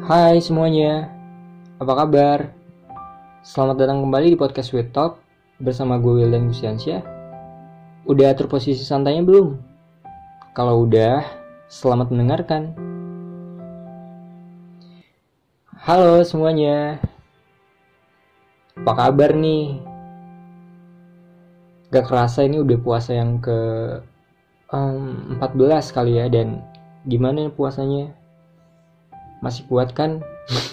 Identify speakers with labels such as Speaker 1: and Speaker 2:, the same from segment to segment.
Speaker 1: Hai semuanya, apa kabar? Selamat datang kembali di podcast Sweet Talk bersama gue Wildan Gustiansyah. Udah atur posisi santainya belum? Kalau udah, selamat mendengarkan. Halo semuanya, apa kabar nih? Gak kerasa ini udah puasa yang ke 14 kali ya. Dan gimana puasanya? Masih kuat kan?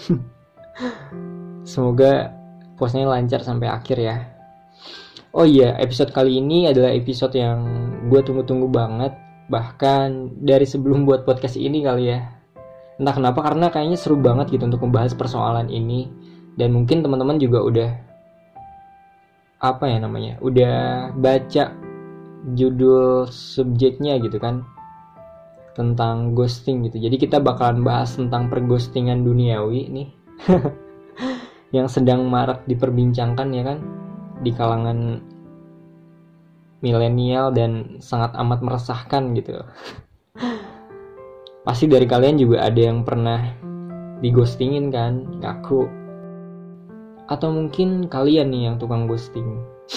Speaker 1: Semoga puasanya lancar sampai akhir ya. Oh iya, episode kali ini adalah episode yang gue tunggu-tunggu banget. Bahkan dari sebelum buat podcast ini kali ya. Entah kenapa, karena kayaknya seru banget gitu untuk membahas persoalan ini. Dan mungkin teman-teman juga udah udah baca judul subjeknya gitu kan, tentang ghosting gitu. Jadi kita bakalan bahas tentang perghostingan duniawi nih yang sedang marak diperbincangkan ya kan, di kalangan milenial dan sangat amat meresahkan gitu. Pasti dari kalian juga ada yang pernah dighostingin kan, ngaku. Atau mungkin kalian nih yang tukang ghosting.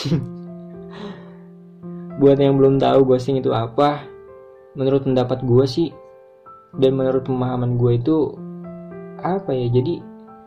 Speaker 1: Buat yang belum tahu ghosting itu apa, menurut pendapat gue sih, dan menurut pemahaman gue itu apa ya, jadi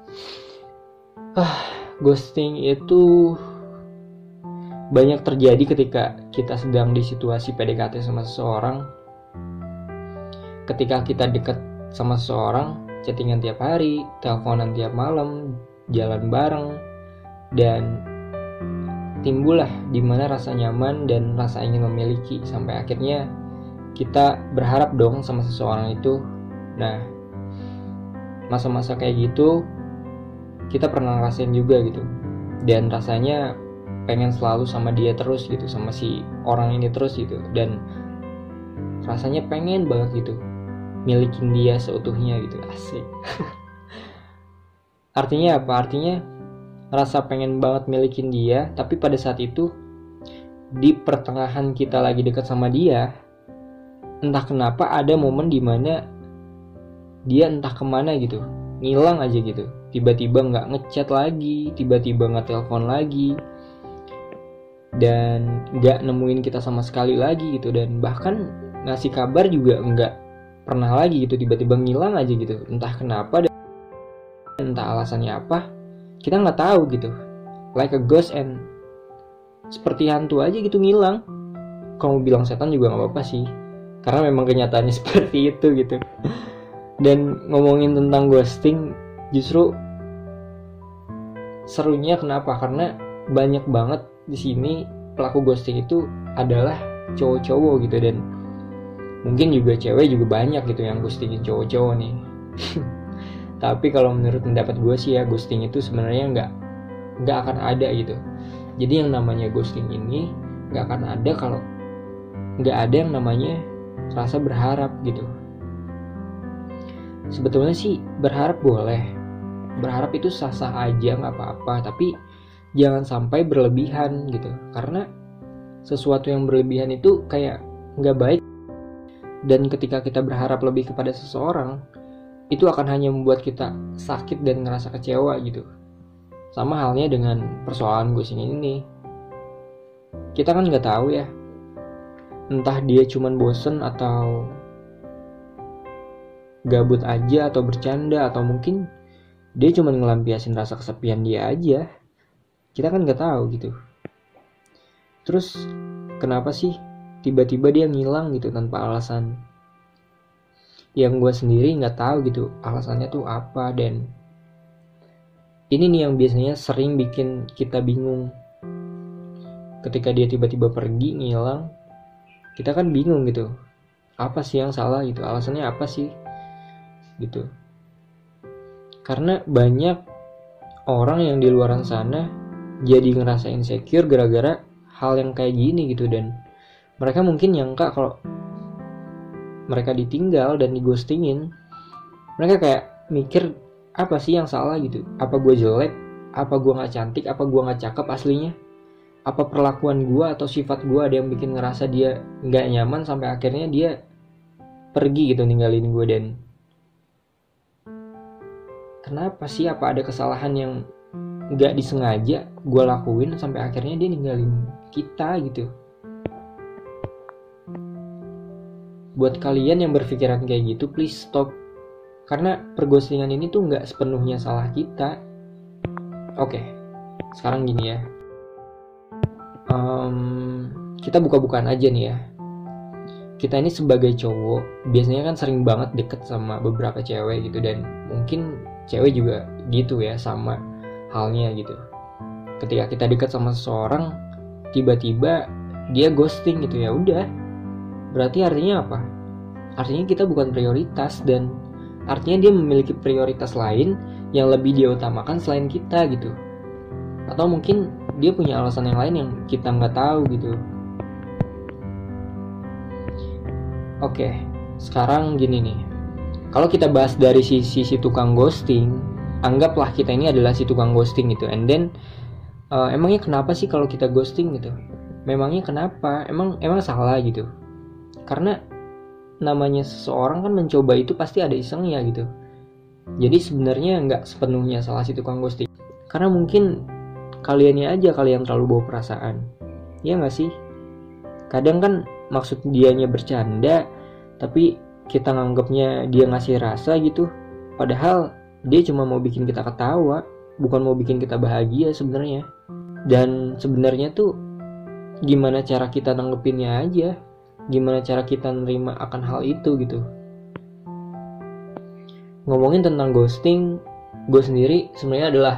Speaker 1: ghosting itu banyak terjadi ketika kita sedang di situasi PDKT sama seseorang. Ketika kita dekat sama seseorang, chattingan tiap hari, teleponan tiap malam, jalan bareng, dan timbullah dimana rasa nyaman dan rasa ingin memiliki, sampai akhirnya kita berharap dong sama seseorang itu. Nah, masa-masa kayak gitu kita pernah ngerasain juga gitu. Dan rasanya pengen selalu sama dia terus gitu, sama si orang ini terus gitu. Dan rasanya pengen banget gitu milikin dia seutuhnya gitu, asik. Artinya apa? Artinya rasa pengen banget milikin dia, tapi pada saat itu di pertengahan kita lagi dekat sama dia, entah kenapa ada momen dimana dia entah kemana gitu, ngilang aja gitu. Tiba-tiba gak ngechat lagi, tiba-tiba gak telepon lagi, dan gak nemuin kita sama sekali lagi gitu. Dan bahkan ngasih kabar juga gak pernah lagi gitu, tiba-tiba ngilang aja gitu. Entah kenapa dan entah alasannya apa, kita gak tahu gitu. Like a ghost, and seperti hantu aja gitu ngilang. Kalau bilang setan juga gak apa-apa sih, karena memang kenyataannya seperti itu gitu. Dan ngomongin tentang ghosting, justru serunya kenapa? Karena banyak banget di sini pelaku ghosting itu adalah cowok-cowok gitu. Dan mungkin juga cewek juga banyak gitu yang ghostingin cowok-cowok nih. Tapi kalau menurut pendapat gue sih ya, ghosting itu sebenarnya nggak akan ada gitu. Jadi yang namanya ghosting ini nggak akan ada kalau nggak ada yang namanya rasa berharap gitu. Sebetulnya sih berharap boleh, berharap itu sah-sah aja, nggak apa-apa, tapi jangan sampai berlebihan gitu. Karena sesuatu yang berlebihan itu kayak nggak baik. Dan ketika kita berharap lebih kepada seseorang, itu akan hanya membuat kita sakit dan ngerasa kecewa gitu. Sama halnya dengan persoalan ghosting ini. Kita kan nggak tahu ya, entah dia cuman bosen atau gabut aja atau bercanda, atau mungkin dia cuma ngelampiasin rasa kesepian dia aja. Kita kan nggak tahu gitu. Terus kenapa sih tiba-tiba dia ngilang gitu tanpa alasan? Yang gue sendiri nggak tahu gitu alasannya tuh apa. Dan ini nih yang biasanya sering bikin kita bingung. Ketika dia tiba-tiba pergi, ngilang, kita kan bingung gitu, apa sih yang salah gitu, alasannya apa sih gitu. Karena banyak orang yang di luaran sana jadi ngerasa insecure gara-gara hal yang kayak gini gitu. Dan mereka mungkin nyangka kalau mereka ditinggal dan dighostingin, mereka kayak mikir, apa sih yang salah gitu? Apa gue jelek? Apa gue gak cantik? Apa gue gak cakep aslinya? Apa perlakuan gue atau sifat gue ada yang bikin ngerasa dia gak nyaman sampai akhirnya dia pergi gitu, ninggalin gue. Dan kenapa sih, apa ada kesalahan yang nggak disengaja gue lakuin sampai akhirnya dia ninggalin kita gitu. Buat kalian yang berpikiran kayak gitu, please stop. Karena perghostingan ini tuh nggak sepenuhnya salah kita. Oke, sekarang gini ya. Kita buka-bukaan aja nih ya. Kita ini sebagai cowok biasanya kan sering banget deket sama beberapa cewek gitu, dan mungkin cewek juga gitu ya, sama halnya gitu. Ketika kita deket sama seseorang, tiba-tiba dia ghosting gitu, ya udah. Berarti artinya apa? Artinya kita bukan prioritas, dan artinya dia memiliki prioritas lain yang lebih dia utamakan selain kita gitu. Atau mungkin dia punya alasan yang lain yang kita nggak tahu gitu. Oke, sekarang gini nih. Kalau kita bahas dari sisi si tukang ghosting, anggaplah kita ini adalah si tukang ghosting gitu. And then emangnya kenapa sih kalau kita ghosting gitu? Memangnya kenapa? Emang salah gitu? Karena namanya seseorang kan mencoba itu pasti ada isengnya gitu. Jadi sebenarnya nggak sepenuhnya salah si tukang ghosting. Karena mungkin kaliannya aja kalian terlalu bawa perasaan. Iya nggak sih? Kadang kan maksud dianya bercanda, tapi kita nganggapnya dia ngasih rasa gitu. Padahal dia cuma mau bikin kita ketawa, bukan mau bikin kita bahagia sebenarnya. Dan sebenarnya tuh gimana cara kita nanggepinnya aja, gimana cara kita nerima akan hal itu gitu. Ngomongin tentang ghosting, gue sendiri sebenarnya adalah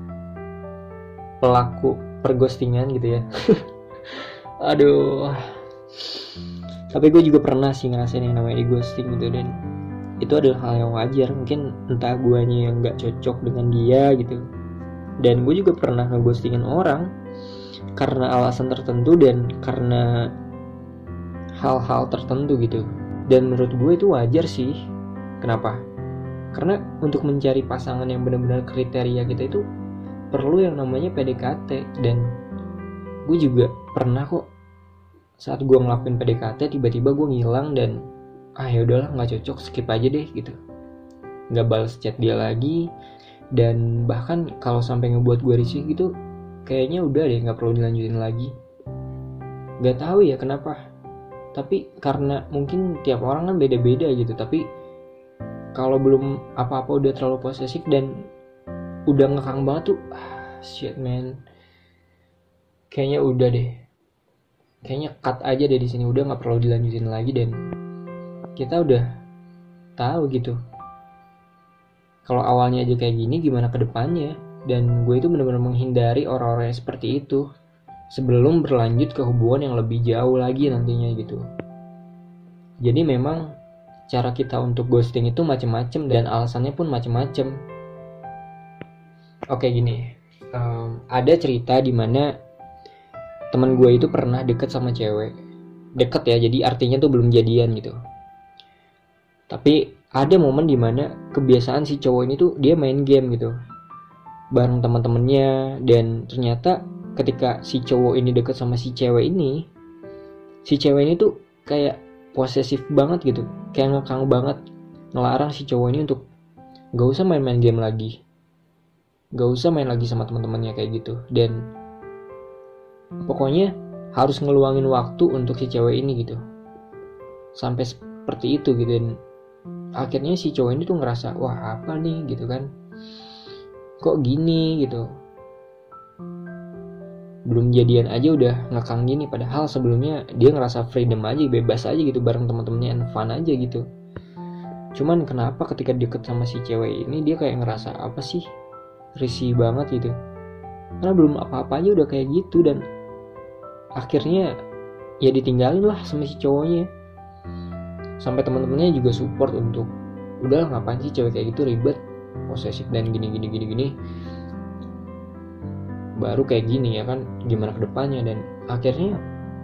Speaker 1: pelaku perghostingan gitu ya. Aduh. Tapi gue juga pernah sih ngerasain yang namanya di ghosting gitu, dan itu adalah hal yang wajar. Mungkin entah guanya yang gak cocok dengan dia gitu. Dan gue juga pernah ngeghostingin orang karena alasan tertentu dan karena hal-hal tertentu gitu. Dan menurut gue itu wajar sih. Kenapa? Karena untuk mencari pasangan yang benar-benar kriteria kita itu perlu yang namanya PDKT. Dan gue juga pernah kok saat gue ngelakuin PDKT tiba-tiba gue ngilang, dan ya udahlah nggak cocok, skip aja deh gitu, nggak balas chat dia lagi. Dan bahkan kalau sampai ngebuat gue risih gitu, kayaknya udah deh nggak perlu dilanjutin lagi. Nggak tahu ya kenapa, tapi karena mungkin tiap orang kan beda-beda gitu. Tapi kalau belum apa-apa udah terlalu posesif dan udah ngekang banget tuh, shit man, kayaknya udah deh, kayaknya cut aja deh di sini, udah nggak perlu dilanjutin lagi. Dan kita udah tahu gitu kalau awalnya aja kayak gini, gimana ke depannya. Dan gue itu benar-benar menghindari orang-orang yang seperti itu sebelum berlanjut ke hubungan yang lebih jauh lagi nantinya gitu. Jadi memang cara kita untuk ghosting itu macam-macam dan alasannya pun macam-macam. Oke gini, ada cerita di mana teman gue itu pernah deket sama cewek. Deket ya, jadi artinya tuh belum jadian gitu. Tapi ada momen dimana kebiasaan si cowok ini tuh dia main game gitu bareng teman-temannya. Dan ternyata ketika si cowok ini deket sama si cewek ini, si cewek ini tuh kayak posesif banget gitu, kayak ngekang banget, ngelarang si cowok ini untuk gak usah main-main game lagi, gak usah main lagi sama teman-temannya kayak gitu. Dan pokoknya harus ngeluangin waktu untuk si cewek ini gitu, sampai seperti itu gitu. Dan akhirnya si cowok ini tuh ngerasa, wah apa nih gitu kan, kok gini gitu, belum jadian aja udah ngekang gini. Padahal sebelumnya dia ngerasa freedom aja, bebas aja gitu bareng teman-temannya, and fun aja gitu. Cuman kenapa ketika deket sama si cewek ini dia kayak ngerasa apa sih, risih banget gitu, karena belum apa-apa aja udah kayak gitu. Dan akhirnya ya ditinggalin lah sama si cowoknya. Sampai teman-temannya juga support untuk, udah ngapain sih cewek kayak gitu, ribet, posesif dan gini. Baru kayak gini ya kan, gimana ke depannya. Dan akhirnya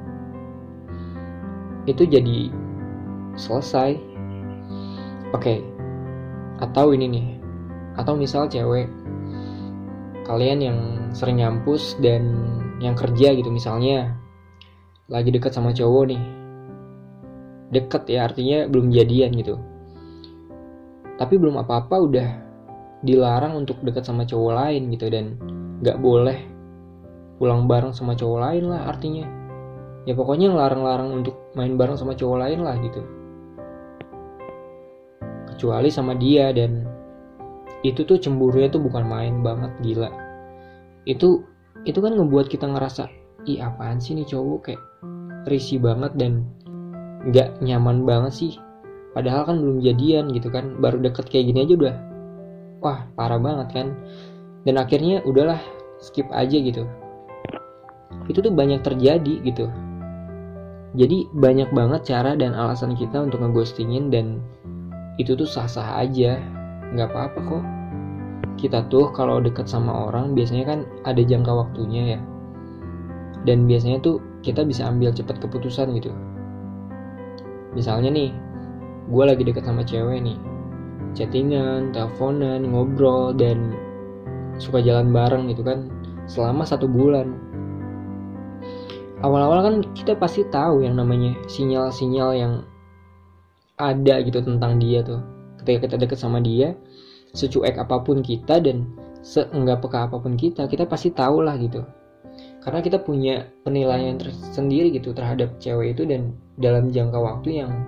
Speaker 1: itu jadi selesai. Oke. Atau ini nih, atau misal cewek kalian yang sering nyampus dan yang kerja gitu, misalnya lagi deket sama cowok nih, deket ya artinya belum jadian gitu, tapi belum apa-apa udah dilarang untuk dekat sama cowok lain gitu, dan nggak boleh pulang bareng sama cowok lain lah artinya. Ya pokoknya ngelarang-larang untuk main bareng sama cowok lain lah gitu, kecuali sama dia. Dan itu tuh cemburunya tuh bukan main banget, gila. Itu kan ngebuat kita ngerasa, ih apaan sih nih cowok, kayak risih banget dan nggak nyaman banget sih. Padahal kan belum jadian gitu kan, baru deket kayak gini aja udah wah parah banget kan. Dan akhirnya udahlah, skip aja gitu. Itu tuh banyak terjadi gitu. Jadi banyak banget cara dan alasan kita untuk ngeghostingin, dan itu tuh sah-sah aja, nggak apa-apa kok. Kita tuh kalau deket sama orang biasanya kan ada jangka waktunya ya, dan biasanya tuh kita bisa ambil cepat keputusan gitu. Misalnya nih, gue lagi deket sama cewek nih, chattingan, teleponan, ngobrol, dan suka jalan bareng gitu kan selama 1 bulan. Awal-awal kan kita pasti tahu yang namanya sinyal-sinyal yang ada gitu tentang dia tuh. Ketika kita deket sama dia, secuek apapun kita dan seenggak peka apapun kita pasti tahu lah gitu. Karena kita punya penilaian tersendiri gitu terhadap cewek itu, dan dalam jangka waktu yang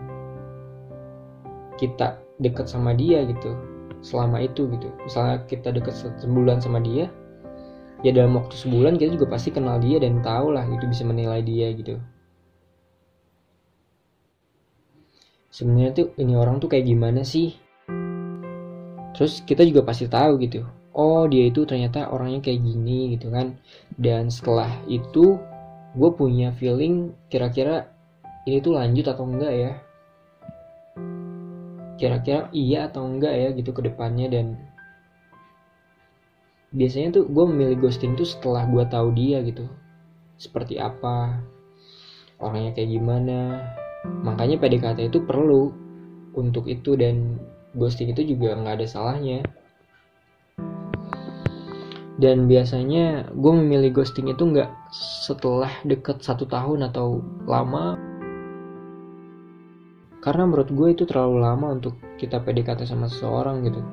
Speaker 1: kita deket sama dia gitu, selama itu gitu. Misalnya kita deket sebulan sama dia, ya dalam waktu sebulan kita juga pasti kenal dia dan tahu lah gitu, bisa menilai dia gitu. Sebenarnya tuh ini orang tuh kayak gimana sih? Terus kita juga pasti tahu gitu, oh dia itu ternyata orangnya kayak gini gitu kan. Dan setelah itu gue punya feeling kira-kira ini tuh lanjut atau enggak ya, kira-kira iya atau enggak ya gitu ke depannya. Dan biasanya tuh gue memilih ghosting tuh setelah gue tahu dia gitu, seperti apa, orangnya kayak gimana. Makanya PDKT itu perlu untuk itu, dan ghosting itu juga gak ada salahnya. Dan biasanya gue memilih ghosting itu gak setelah deket 1 tahun atau lama, karena menurut gue itu terlalu lama untuk kita PDKT sama seseorang gitu.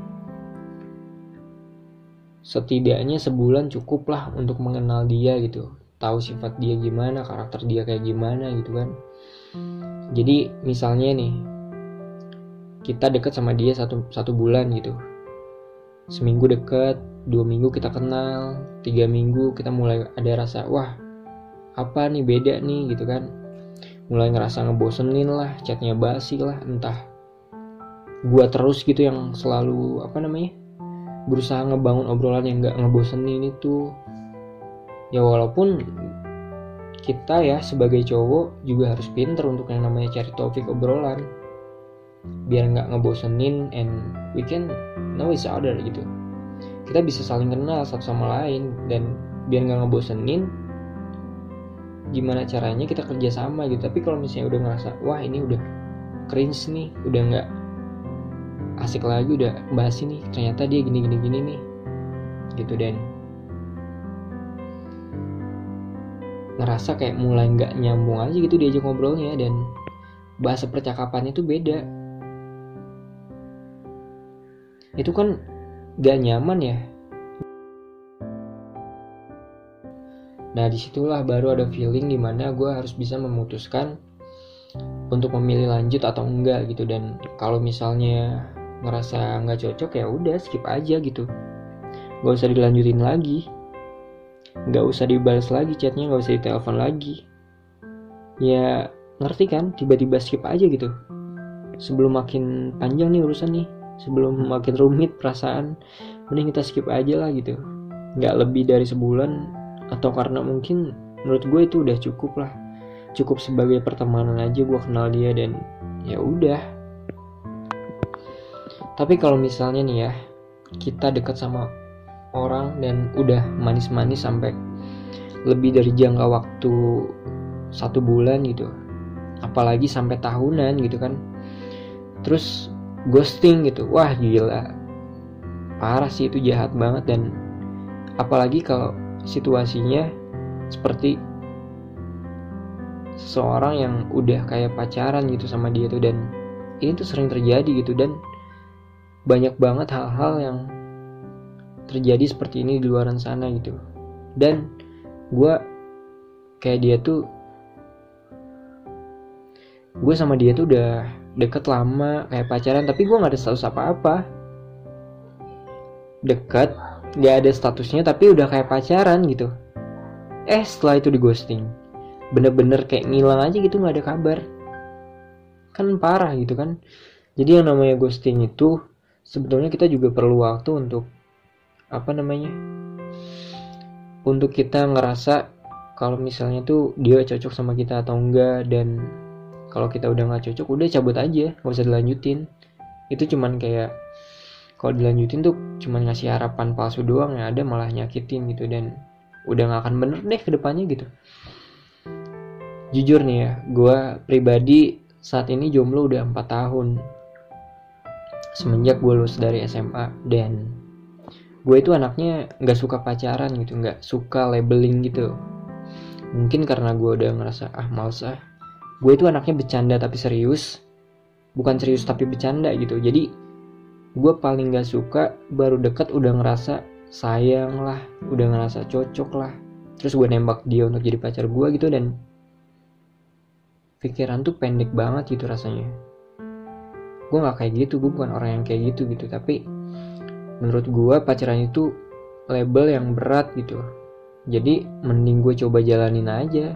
Speaker 1: Setidaknya sebulan cukup lah untuk mengenal dia gitu, tahu sifat dia gimana, karakter dia kayak gimana gitu kan. Jadi misalnya nih, kita deket sama dia satu bulan gitu, seminggu deket, 2 minggu kita kenal, 3 minggu kita mulai ada rasa, wah apa nih beda nih gitu kan. Mulai ngerasa ngebosenin lah, chatnya basi lah, entah gua terus gitu yang selalu berusaha ngebangun obrolan yang gak ngebosenin itu. Ya walaupun kita ya sebagai cowok juga harus pinter untuk yang namanya cari topik obrolan, biar gak ngebosenin, and we can know each other gitu. Kita bisa saling kenal satu sama lain, dan biar gak ngebosenin, gimana caranya kita kerja sama gitu. Tapi kalau misalnya udah ngerasa, wah ini udah cringe nih, udah gak asik lagi, udah bahas ini ternyata dia gini nih gitu, dan ngerasa kayak mulai nggak nyambung aja gitu diajak ngobrolnya, dan bahasa percakapannya tuh beda. Itu kan gak nyaman ya. Nah disitulah baru ada feeling dimana gue harus bisa memutuskan untuk memilih lanjut atau enggak gitu. Dan kalau misalnya ngerasa nggak cocok, ya udah skip aja gitu, nggak usah dilanjutin lagi, nggak usah dibalas lagi chatnya, nggak usah ditelepon lagi. Ya ngerti kan, tiba-tiba skip aja gitu. Sebelum makin panjang nih urusan nih, sebelum makin rumit perasaan, mending kita skip aja lah gitu. Nggak lebih dari sebulan, atau karena mungkin menurut gue itu udah cukup lah, cukup sebagai pertemanan aja gue kenal dia, dan ya udah. Tapi kalau misalnya nih ya, kita dekat sama orang dan udah manis-manis sampai lebih dari jangka waktu 1 bulan gitu, apalagi sampai tahunan gitu kan, terus ghosting gitu, wah gila, parah sih, itu jahat banget. Dan apalagi kalau situasinya seperti seseorang yang udah kayak pacaran gitu sama dia tuh, dan ini tuh sering terjadi gitu. Dan banyak banget hal-hal yang terjadi seperti ini di luaran sana gitu. Dan gue kayak dia tuh, gue sama dia tuh udah deket lama kayak pacaran, tapi gue nggak ada status apa-apa. Deket, nggak ada statusnya, tapi udah kayak pacaran gitu. Setelah itu di ghosting, bener-bener kayak ngilang aja gitu, nggak ada kabar. Kan parah gitu kan. Jadi yang namanya ghosting itu sebetulnya kita juga perlu waktu untuk untuk kita ngerasa kalau misalnya tuh dia cocok sama kita atau enggak. Dan kalau kita udah nggak cocok, udah cabut aja, nggak usah dilanjutin. Itu cuman kayak, kalau dilanjutin tuh cuman ngasih harapan palsu doang, yang ada malah nyakitin gitu. Dan udah nggak akan bener deh ke depannya gitu. Jujur nih ya, gue pribadi saat ini jomblo udah 4 tahun semenjak gue lulus dari SMA. Dan gue itu anaknya gak suka pacaran gitu, gak suka labeling gitu. Mungkin karena gue udah ngerasa males. Gue itu anaknya bercanda tapi serius, bukan serius tapi bercanda gitu. Jadi gue paling gak suka baru deket udah ngerasa sayang lah, udah ngerasa cocok lah, terus gue nembak dia untuk jadi pacar gue gitu. Dan pikiran tuh pendek banget gitu rasanya. Gue gak kayak gitu, gue bukan orang yang kayak gitu. Tapi menurut gue pacaran itu label yang berat gitu. Jadi mending gue coba jalanin aja.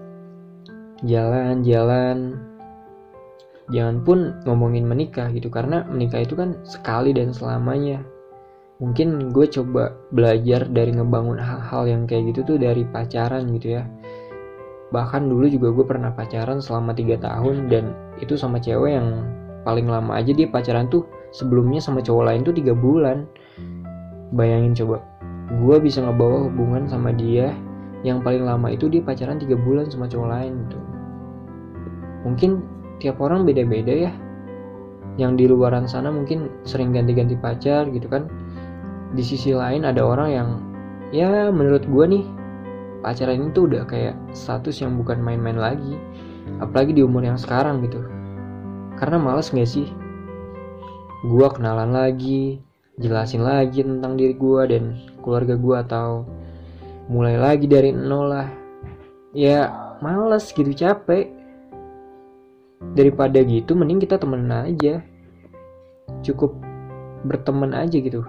Speaker 1: Jalan-jalan. Jangan pun ngomongin menikah gitu, karena menikah itu kan sekali dan selamanya. Mungkin gue coba belajar dari ngebangun hal-hal yang kayak gitu tuh dari pacaran gitu ya. Bahkan dulu juga gue pernah pacaran selama 3 tahun. Dan itu sama cewek yang paling lama aja dia pacaran tuh sebelumnya sama cowok lain tuh 3 bulan. Bayangin coba, gue bisa ngebawa hubungan sama dia yang paling lama itu dia pacaran 3 bulan sama cowok lain gitu. Mungkin tiap orang beda-beda ya. Yang di luaran sana mungkin sering ganti-ganti pacar gitu kan. Di sisi lain ada orang yang, ya menurut gue nih, pacaran itu udah kayak status yang bukan main-main lagi. Apalagi di umur yang sekarang gitu. Karena males gak sih gue kenalan lagi, jelasin lagi tentang diri gue dan keluarga gue, atau mulai lagi dari nol lah. Ya males gitu, capek. Daripada gitu mending kita temenan aja, cukup berteman aja gitu.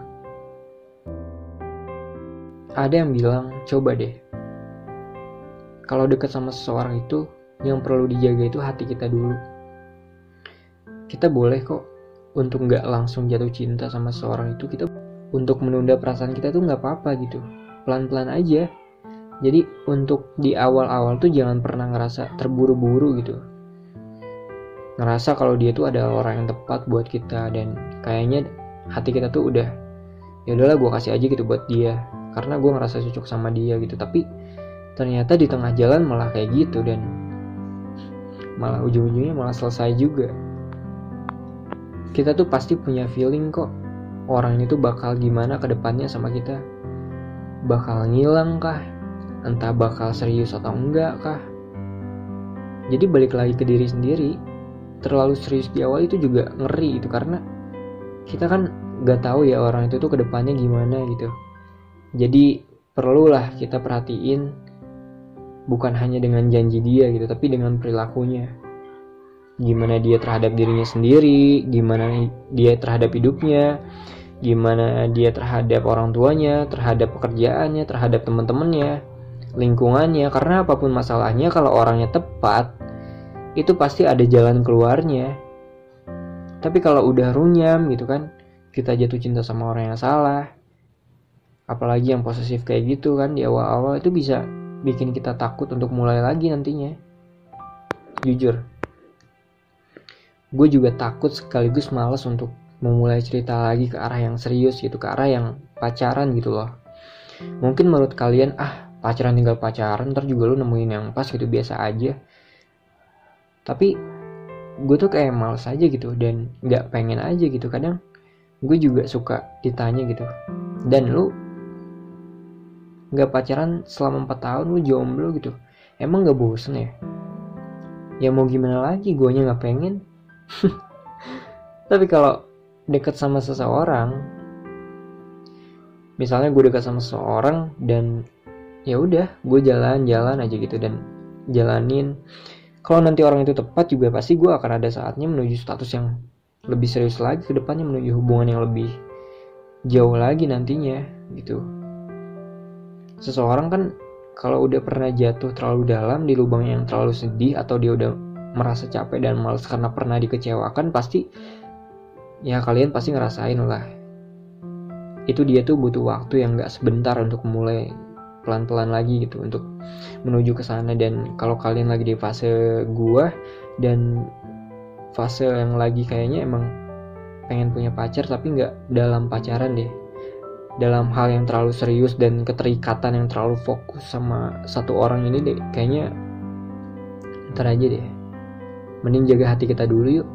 Speaker 1: Ada yang bilang, coba deh, kalau deket sama seseorang itu yang perlu dijaga itu hati kita dulu. Kita boleh kok untuk gak langsung jatuh cinta sama seseorang itu. Kita untuk menunda perasaan kita tuh gak apa-apa gitu, pelan-pelan aja. Jadi untuk di awal-awal tuh jangan pernah ngerasa terburu-buru gitu, ngerasa kalau dia tuh adalah orang yang tepat buat kita. Dan kayaknya hati kita tuh udah, ya udahlah gue kasih aja gitu buat dia, karena gue ngerasa cocok sama dia gitu. Tapi ternyata di tengah jalan malah kayak gitu, dan malah ujung-ujungnya malah selesai juga. Kita tuh pasti punya feeling kok, orang ini tuh bakal gimana ke depannya sama kita. Bakal ngilang kah? Entah bakal serius atau enggak kah? Jadi balik lagi ke diri sendiri. Terlalu serius di awal itu juga ngeri itu, karena kita kan gak tahu ya orang itu tuh ke depannya gimana gitu. Jadi perlulah kita perhatiin, bukan hanya dengan janji dia gitu, tapi dengan perilakunya. Gimana dia terhadap dirinya sendiri, gimana dia terhadap hidupnya, gimana dia terhadap orang tuanya, terhadap pekerjaannya, terhadap teman-temannya, lingkungannya. Karena apapun masalahnya, kalau orangnya tepat, itu pasti ada jalan keluarnya. Tapi kalau udah runyam gitu kan, kita jatuh cinta sama orang yang salah, apalagi yang posesif kayak gitu kan di awal-awal, itu bisa bikin kita takut untuk mulai lagi nantinya. Jujur, gue juga takut sekaligus malas untuk memulai cerita lagi ke arah yang serius gitu, ke arah yang pacaran gitu loh. Mungkin menurut kalian, pacaran tinggal pacaran, ntar juga lu nemuin yang pas gitu, biasa aja. Tapi gue tuh kayak malas aja gitu, dan gak pengen aja gitu. Kadang gue juga suka ditanya gitu, dan lu gak pacaran selama 4 tahun, lu jomblo gitu, emang gak bosen ya? Ya mau gimana lagi, guanya gak pengen. Tapi kalau deket sama seseorang, misalnya gue dekat sama seseorang dan ya udah gue jalan-jalan aja gitu dan jalanin. Kalau nanti orang itu tepat juga pasti gue akan ada saatnya menuju status yang lebih serius lagi ke depannya, menuju hubungan yang lebih jauh lagi nantinya gitu. Seseorang kan kalau udah pernah jatuh terlalu dalam di lubang yang terlalu sedih, atau dia udah merasa capek dan malas karena pernah dikecewakan, pasti ya kalian pasti ngerasain lah. Itu dia tuh butuh waktu yang gak sebentar untuk mulai pelan-pelan lagi gitu untuk menuju ke sana. Dan kalau kalian lagi di fase gua dan fase yang lagi kayaknya emang pengen punya pacar tapi nggak dalam pacaran deh, dalam hal yang terlalu serius dan keterikatan yang terlalu fokus sama satu orang ini deh, kayaknya ntar aja deh, mending jaga hati kita dulu yuk.